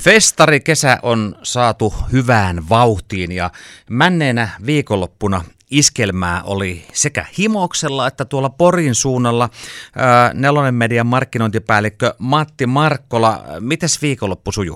Festarikesä on saatu hyvään vauhtiin ja menneenä viikonloppuna iskelmää oli sekä Himoksella että tuolla Porin suunnalla. Nelonen Median markkinointipäällikkö Matti Markkola, mites viikonloppu sujuu?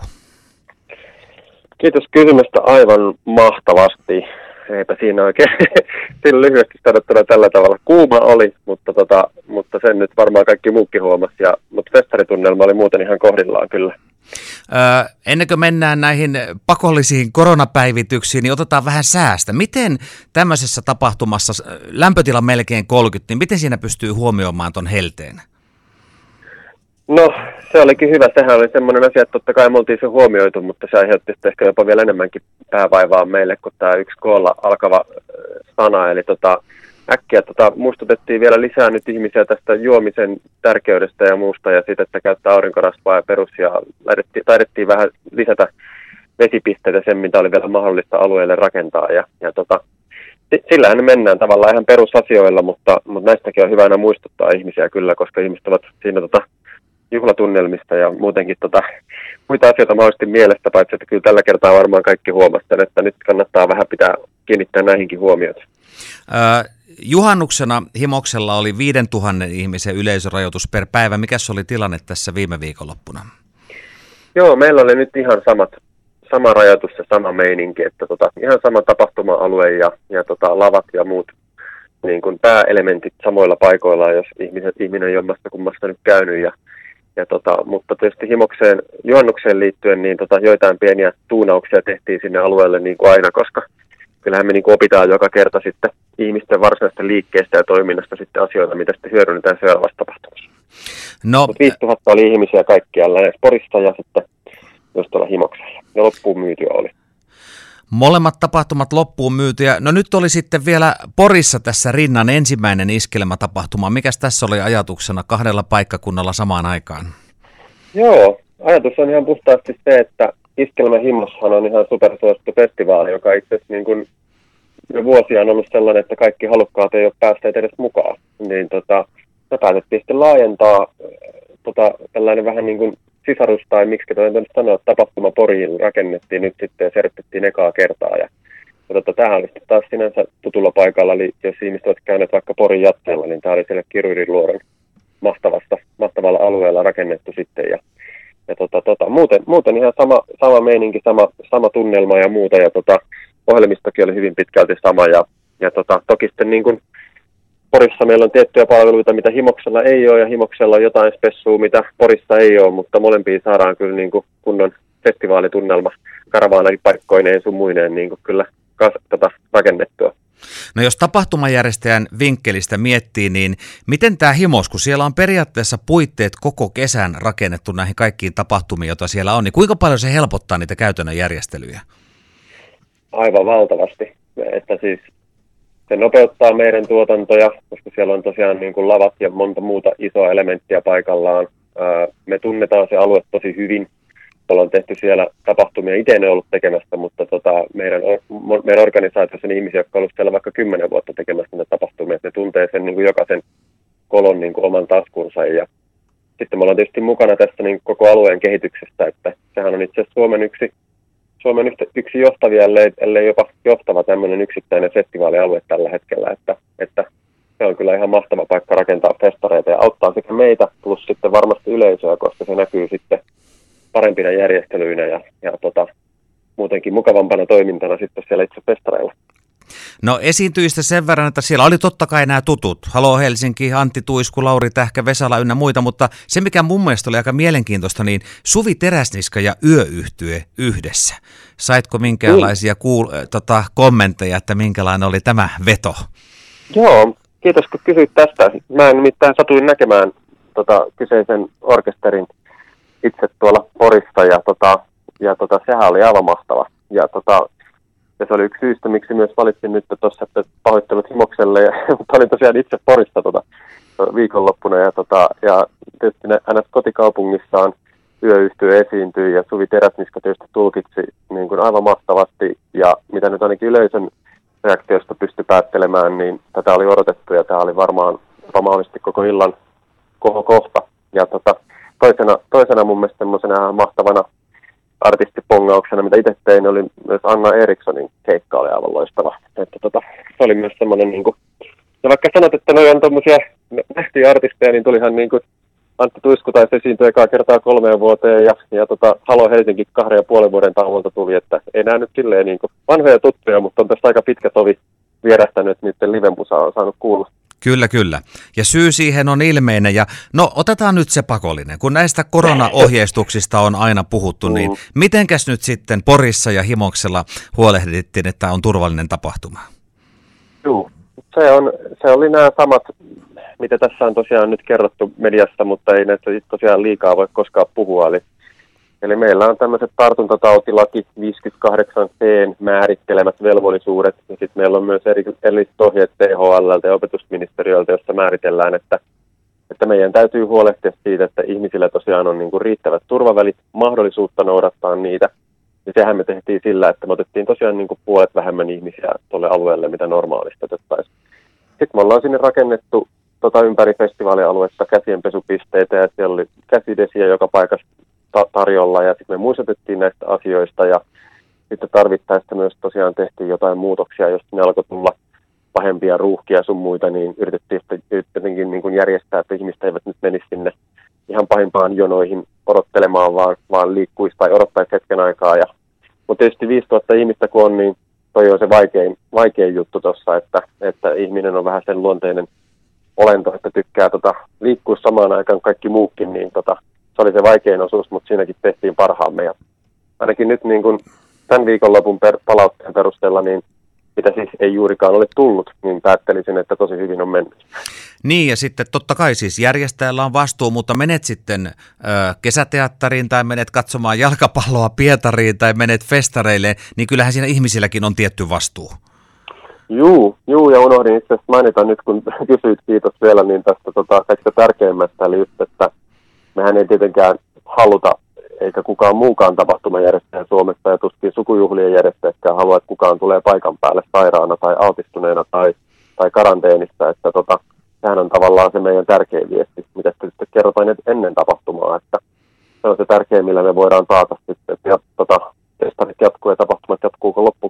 Kiitos kysymästä aivan mahtavasti. Eipä siinä oikein siinä lyhyesti sanottuna tällä tavalla. Kuuma oli, mutta sen nyt varmaan kaikki muukin huomasi. Mutta festaritunnelma oli muuten ihan kohdillaan kyllä. Ennen kuin mennään näihin pakollisiin koronapäivityksiin, niin otetaan vähän säästä. Miten tämmöisessä tapahtumassa, lämpötila melkein 30, niin miten siinä pystyy huomioimaan ton helteen? No, se olikin hyvä. Sehän oli semmoinen asia, että totta kai me oltiin se huomioitu, mutta se aiheutti ehkä jopa vielä enemmänkin päävaivaa meille kuin tämä yksi koolla alkava sana. Eli äkkiä muistutettiin vielä lisää nyt ihmisiä tästä juomisen tärkeydestä ja muusta ja siitä, että käyttää aurinkorasvaa ja perus ja taidettiin vähän lisätä vesipisteitä sen, mitä oli vielä mahdollista alueelle rakentaa sillähän mennään tavallaan ihan perusasioilla, mutta näistäkin on hyvä aina muistuttaa ihmisiä kyllä, koska ihmiset ovat siinä juhlatunnelmista ja muutenkin muita asioita mahdollisesti mielestä, paitsi että kyllä tällä kertaa varmaan kaikki huomasivat, että nyt kannattaa vähän kiinnittää näihinkin huomiota. Juhannuksena Himoksella oli 5000 ihmisen yleisörajoitus per päivä. Mikäs oli tilanne tässä viime viikonloppuna? Joo, meillä oli nyt ihan sama rajoitus ja sama meininki, että ihan sama tapahtuma-alue ja lavat ja muut niin kuin pääelementit samoilla paikoilla, jos ihminen on jommasta kummasta nyt käynyt. Mutta tietysti juhannukseen liittyen niin joitain pieniä tuunauksia tehtiin sinne alueelle niin kuin aina, koska kyllähän me niin kuin opitaan joka kerta sitten ihmisten varsinaisesta liikkeestä ja toiminnasta sitten asioita, mitä sitten hyödynnetään seuraavassa tapahtumassa. No, 5000 oli ihmisiä kaikkialla näissä Porissa ja sitten myös tuolla Himoksella. Ja loppuun myytyä oli. Molemmat tapahtumat loppuun myytyjä. No nyt oli sitten vielä Porissa tässä rinnan ensimmäinen iskelmätapahtuma. Mikäs tässä oli ajatuksena 2 paikkakunnalla samaan aikaan? Joo, ajatus on ihan puhtaasti se, että Iskelmä Himoshan on ihan supersuosittu festivaali, joka itse asiassa niin kuin jo vuosia on ollut sellainen, että kaikki halukkaat ei ole päässeet edes mukaan. Niin me päätettiin sitten laajentaa tällainen vähän niin kuin sisarus tai miksi sanoa, että tapahtuma Poriin rakennettiin nyt sitten ja serpittiin ekaa kertaa. Ja tämähän oli sitten taas sinänsä tutulla paikalla, eli jos ihmiset ovat käyneet vaikka Porin jatteella, niin tämä oli siellä Kiruirinluoron mahtavalla alueella rakennettu sitten. Muuten ihan sama meininki, sama tunnelma ja muuta, ja ohjelmistokin oli hyvin pitkälti sama, ja toki sitten niin kuin Porissa meillä on tiettyjä palveluita, mitä Himoksella ei ole, ja Himoksella on jotain spessua, mitä Porissa ei ole, mutta molempiin saadaan kyllä niin kuin kunnon festivaalitunnelma karavaanapaikkoineen sun muineen niin kuin kyllä rakennettua. No jos tapahtumajärjestäjän vinkkelistä miettii, niin miten tämä Himos, kun siellä on periaatteessa puitteet koko kesän rakennettu näihin kaikkiin tapahtumiin, joita siellä on, niin kuinka paljon se helpottaa niitä käytännön järjestelyjä? Aivan valtavasti, että siis se nopeuttaa meidän tuotantoja, koska siellä on tosiaan niin kuin lavat ja monta muuta isoa elementtiä paikallaan. Me tunnetaan se alue tosi hyvin. Ollaan tehty siellä tapahtumia, itse en ollut tekemässä, mutta meidän organisaatiossa on ihmisiä, jotka ovat olleet siellä vaikka 10 vuotta tekemässä näitä tapahtumia. Ne tuntee sen niin kuin jokaisen kolon niin kuin oman taskunsa. Ja sitten me ollaan tietysti mukana tässä niin koko alueen kehityksestä, että sehän on itse asiassa Suomen yksi johtavia, ellei jopa johtava tämmöinen yksittäinen festivaalialue tällä hetkellä, että se on kyllä ihan mahtava paikka rakentaa festareita ja auttaa sekä meitä plus sitten varmasti yleisöä, koska se näkyy sitten parempina järjestelyinä ja muutenkin mukavampana toimintana sitten siellä itse festareilla. No esiintyjistä sen verran, että siellä oli totta kai nämä tutut. Halo Helsinki, Antti Tuisku, Lauri Tähkä, Vesala ynnä muita, mutta se mikä mun mielestä oli aika mielenkiintoista, niin Suvi Teräsniska ja Yöyhtye yhdessä. Saitko minkäänlaisia kommentteja, että minkälainen oli tämä veto? Joo, kiitos kun kysyit tästä. Mä nimittäin satuin näkemään kyseisen orkesterin itse tuolla Porissa ja sehän oli aivan mahtava. Ja se oli yksi syystä, miksi myös valitsin nyt tuossa, että pahoittelut Himokselle, mutta olin tosiaan itse Porissa viikonloppuna, ja tietysti hänet kotikaupungissaan Yöyhtye esiintyi, ja Suvi Teräsniska tietysti tulkitsi niin kuin aivan mahtavasti, ja mitä nyt ainakin yleisön reaktiosta pystyi päättelemään, niin tätä oli odotettu, ja tämä oli varmaan mahdollisesti koko illan kohokohta. Ja toisena mun mielestä semmoisena mahtavana artistipongauksena, mitä itse tein, oli myös Anna Erikssonin keikka oli aivan loistava. Että se oli myös semmoinen, niin kuin, ja vaikka sanot, että ne on tommosia nähtiä artisteja, niin tulihan niin kuin Antti Tuisku taisi esiintyä ekaa kertaa 3 vuoteen ja Halo Helsinki 2,5 vuoden tauolta tuli, että ei nämä nyt silleen niin kuin vanhoja tuttuja, mutta on tässä aika pitkä tovi vierähtänyt, että niiden livenmusa on saanut kuulla. Kyllä, kyllä. Ja syy siihen on ilmeinen. Ja no, otetaan nyt se pakollinen. Kun näistä koronaohjeistuksista on aina puhuttu, niin mitenkäs nyt sitten Porissa ja Himoksella huolehdittiin, että on turvallinen tapahtuma? Joo, se oli nämä samat, mitä tässä on tosiaan nyt kerrottu mediassa, mutta ei näistä tosiaan liikaa voi koskaan puhua. Eli meillä on tämmöiset tartuntatautilaki 58c määrittelemät velvollisuudet, ja sitten meillä on myös erilliset ohjeet THL:ltä ja opetusministeriöltä, jossa määritellään, että meidän täytyy huolehtia siitä, että ihmisillä tosiaan on niinku riittävät turvavälit, mahdollisuutta noudattaa niitä. Ja sehän me tehtiin sillä, että me otettiin tosiaan niinku puolet vähemmän ihmisiä tuolle alueelle, mitä normaalisti otettaisiin. Sitten me ollaan sinne rakennettu ympäri festivaalialuetta käsienpesupisteitä, ja siellä oli käsidesiä joka paikassa tarjolla, ja sitten me muistutettiin näistä asioista, ja sitten tarvittaessa myös tosiaan tehtiin jotain muutoksia, jos ne alkoi tulla pahempia ruuhkia sun muita, niin yritettiin jotenkin niin kuin järjestää, että ihmiset eivät nyt menisi sinne ihan pahimpaan jonoihin odottelemaan, vaan liikkuisi tai odottaisi hetken aikaa. Mutta tietysti 5000 ihmistä kun on, niin toi on se vaikein juttu tuossa, että ihminen on vähän sen luonteinen olento, että tykkää liikkua samaan aikaan kaikki muukin, niin se oli se vaikein osuus, mutta siinäkin tehtiin parhaamme. Ja ainakin nyt niin kuin tämän viikonlopun palautteen perusteella, niin mitä siis ei juurikaan ole tullut, niin päättelisin, että tosi hyvin on mennyt. Niin, ja sitten totta kai siis järjestäjällä on vastuu, mutta menet sitten kesäteatteriin tai menet katsomaan jalkapalloa Pietariin tai menet festareille, niin kyllähän siinä ihmisilläkin on tietty vastuu. Juu, ja unohdin itse asiassa mainita nyt, kun kysyit, kiitos vielä, niin tästä kaikista tärkeimmästä, eli just, että mehän ei tietenkään haluta, eikä kukaan muukaan tapahtumajärjestäjä Suomessa, ja tuskin sukujuhlien järjestäjätkään halua, että kukaan tulee paikan päälle sairaana tai altistuneena tai karanteenissa, että sehän on tavallaan se meidän tärkein viesti, mitä sitten kerrotaan ennen tapahtumaa, että se on se tärkein, millä me voidaan taata sitten, että testarit jatkuu ja tapahtumat jatkuu loppuun.